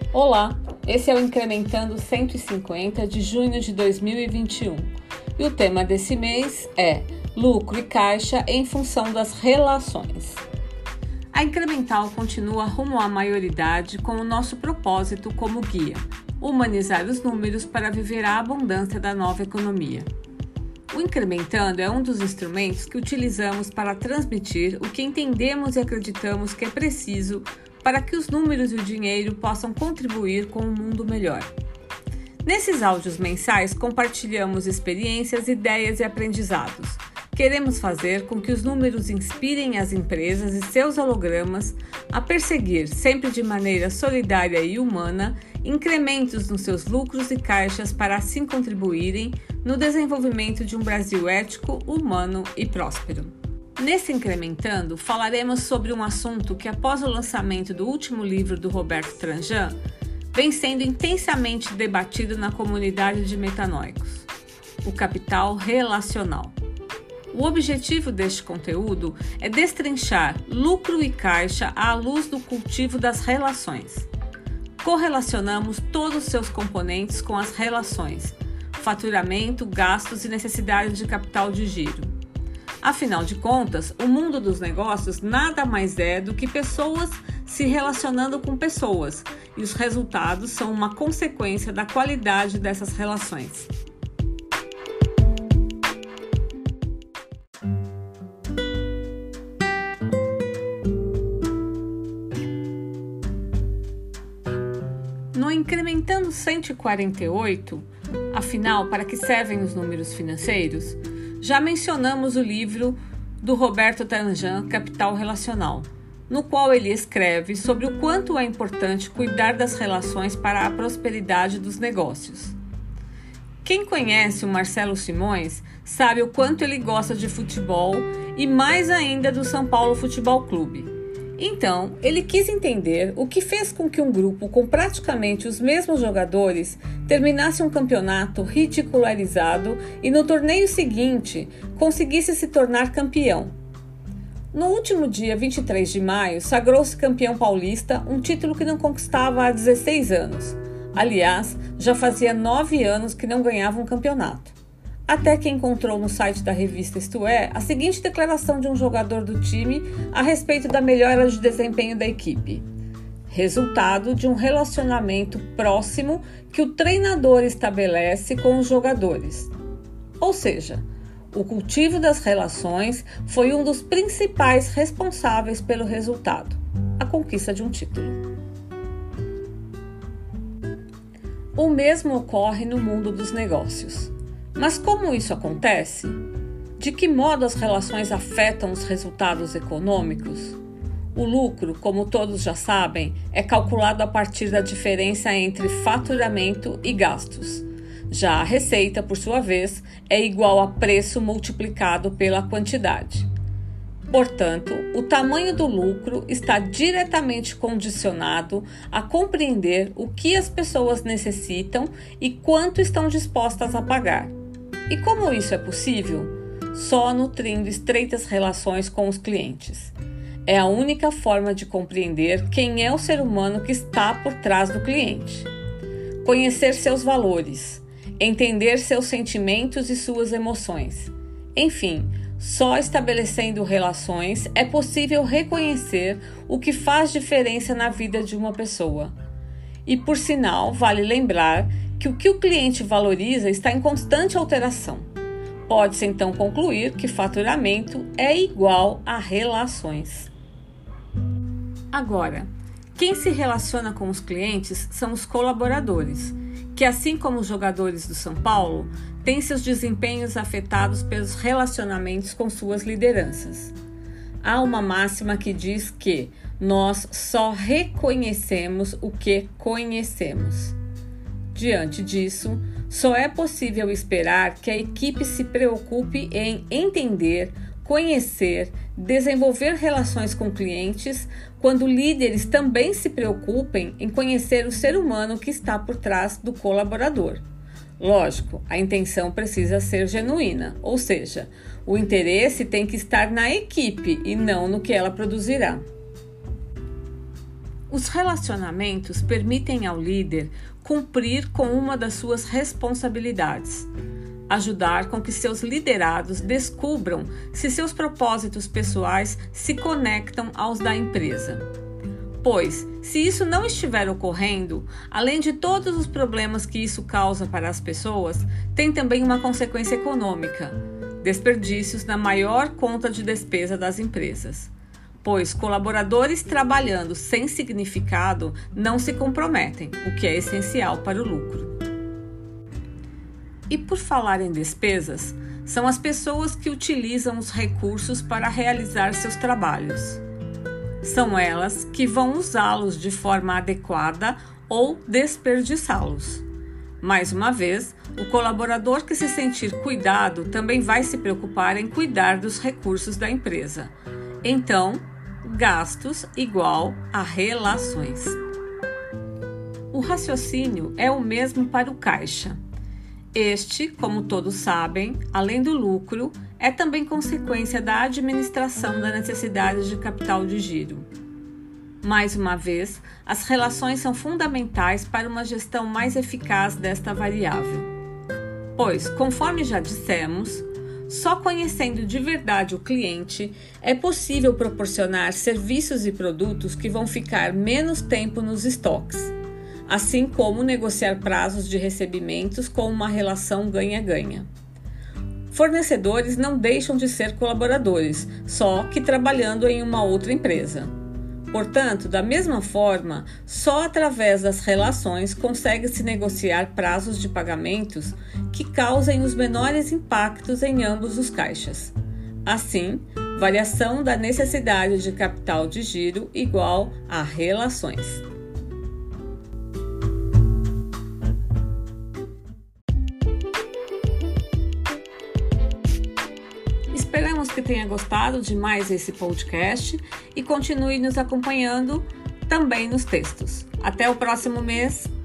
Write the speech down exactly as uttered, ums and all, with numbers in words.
Olá, esse é o Incrementando cento e cinquenta de junho de dois mil e vinte e um e o tema desse mês é lucro e caixa em função das relações. A Incremental continua rumo à maioridade com o nosso propósito como guia, humanizar os números para viver a abundância da nova economia. O Incrementando é um dos instrumentos que utilizamos para transmitir o que entendemos e acreditamos que é preciso para que os números e o dinheiro possam contribuir com um mundo melhor. Nesses áudios mensais, compartilhamos experiências, ideias e aprendizados. Queremos fazer com que os números inspirem as empresas e seus hologramas a perseguir, sempre de maneira solidária e humana, incrementos nos seus lucros e caixas para assim contribuírem no desenvolvimento de um Brasil ético, humano e próspero. Nesse Incrementando, falaremos sobre um assunto que, após o lançamento do último livro do Roberto Tranjan, vem sendo intensamente debatido na comunidade de metanóicos: o capital relacional. O objetivo deste conteúdo é destrinchar lucro e caixa à luz do cultivo das relações. Correlacionamos todos os seus componentes com as relações: faturamento, gastos e necessidades de capital de giro. Afinal de contas, o mundo dos negócios nada mais é do que pessoas se relacionando com pessoas, e os resultados são uma consequência da qualidade dessas relações. No Incrementando cento e quarenta e oito, afinal, para que servem os números financeiros? Já mencionamos o livro do Roberto Tranjan, Capital Relacional, no qual ele escreve sobre o quanto é importante cuidar das relações para a prosperidade dos negócios. Quem conhece o Marcelo Simões sabe o quanto ele gosta de futebol e mais ainda do São Paulo Futebol Clube. Então, ele quis entender o que fez com que um grupo com praticamente os mesmos jogadores terminasse um campeonato ridicularizado e no torneio seguinte conseguisse se tornar campeão. No último dia vinte e três de maio, sagrou-se campeão paulista, um título que não conquistava há dezesseis anos. Aliás, já fazia nove anos que não ganhava um campeonato. Até que encontrou no site da revista Isto É a seguinte declaração de um jogador do time a respeito da melhora de desempenho da equipe: resultado de um relacionamento próximo que o treinador estabelece com os jogadores. Ou seja, o cultivo das relações foi um dos principais responsáveis pelo resultado, a conquista de um título. O mesmo ocorre no mundo dos negócios. Mas como isso acontece? De que modo as relações afetam os resultados econômicos? O lucro, como todos já sabem, é calculado a partir da diferença entre faturamento e gastos. Já a receita, por sua vez, é igual a preço multiplicado pela quantidade. Portanto, o tamanho do lucro está diretamente condicionado a compreender o que as pessoas necessitam e quanto estão dispostas a pagar. E como isso é possível? Só nutrindo estreitas relações com os clientes. É a única forma de compreender quem é o ser humano que está por trás do cliente. Conhecer seus valores, entender seus sentimentos e suas emoções. Enfim, só estabelecendo relações é possível reconhecer o que faz diferença na vida de uma pessoa. E, por sinal, vale lembrar que o que o cliente valoriza está em constante alteração. Pode-se então concluir que faturamento é igual a relações. Agora, quem se relaciona com os clientes são os colaboradores, que, assim como os jogadores do São Paulo, têm seus desempenhos afetados pelos relacionamentos com suas lideranças. Há uma máxima que diz que nós só reconhecemos o que conhecemos. Diante disso, só é possível esperar que a equipe se preocupe em entender, conhecer, desenvolver relações com clientes, quando líderes também se preocupem em conhecer o ser humano que está por trás do colaborador. Lógico, a intenção precisa ser genuína, ou seja, o interesse tem que estar na equipe e não no que ela produzirá. Os relacionamentos permitem ao líder cumprir com uma das suas responsabilidades, ajudar com que seus liderados descubram se seus propósitos pessoais se conectam aos da empresa. Pois, se isso não estiver ocorrendo, além de todos os problemas que isso causa para as pessoas, tem também uma consequência econômica: desperdícios na maior conta de despesa das empresas. Pois colaboradores trabalhando sem significado não se comprometem, o que é essencial para o lucro. E por falar em despesas, são as pessoas que utilizam os recursos para realizar seus trabalhos. São elas que vão usá-los de forma adequada ou desperdiçá-los. Mais uma vez, o colaborador que se sentir cuidado também vai se preocupar em cuidar dos recursos da empresa. Então, gastos igual a relações. O raciocínio é o mesmo para o caixa. Este, como todos sabem, além do lucro, é também consequência da administração da necessidade de capital de giro. Mais uma vez, as relações são fundamentais para uma gestão mais eficaz desta variável. Pois, conforme já dissemos, só conhecendo de verdade o cliente é possível proporcionar serviços e produtos que vão ficar menos tempo nos estoques, assim como negociar prazos de recebimentos com uma relação ganha-ganha. Fornecedores não deixam de ser colaboradores, só que trabalhando em uma outra empresa. Portanto, da mesma forma, só através das relações consegue-se negociar prazos de pagamentos que causem os menores impactos em ambos os caixas. Assim, variação da necessidade de capital de giro igual a relações. Esperamos que tenha gostado de mais esse podcast e continue nos acompanhando também nos textos. Até o próximo mês!